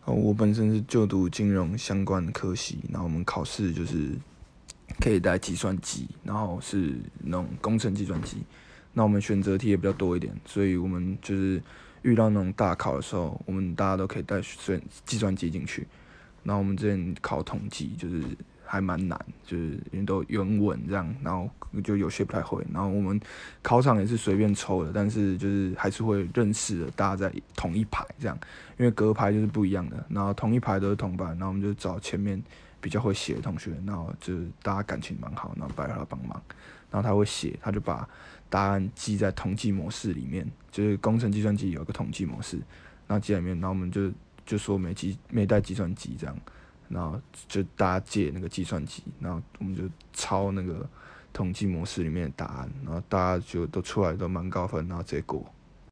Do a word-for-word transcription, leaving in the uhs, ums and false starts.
哦，我本身是就读金融相关的科系，然后我们考试就是可以带计算机，然后是那种工程计算机。那我们选择题也比较多一点，所以我们就是遇到那种大考的时候，我们大家都可以带选计算机进去。然后我们之前考统计就是还蛮难，就是因为都原文这样，然后就有些不太会。然后我们考场也是随便抽的，但是就是还是会认识的，大家在同一排这样，因为隔排就是不一样的。然后同一排都是同班，然后我们就找前面比较会写的同学，然后就是大家感情蛮好，然后拜托他帮忙，然后他会写，他就把答案记在统计模式里面，就是工程计算机有一个统计模式，然后记在里面，然后我们就就说没计没带计算机这样，然后就大家借那个计算机，然后我们就抄那个统计模式里面的答案，然后大家就都出来都蛮高分，然后直接过。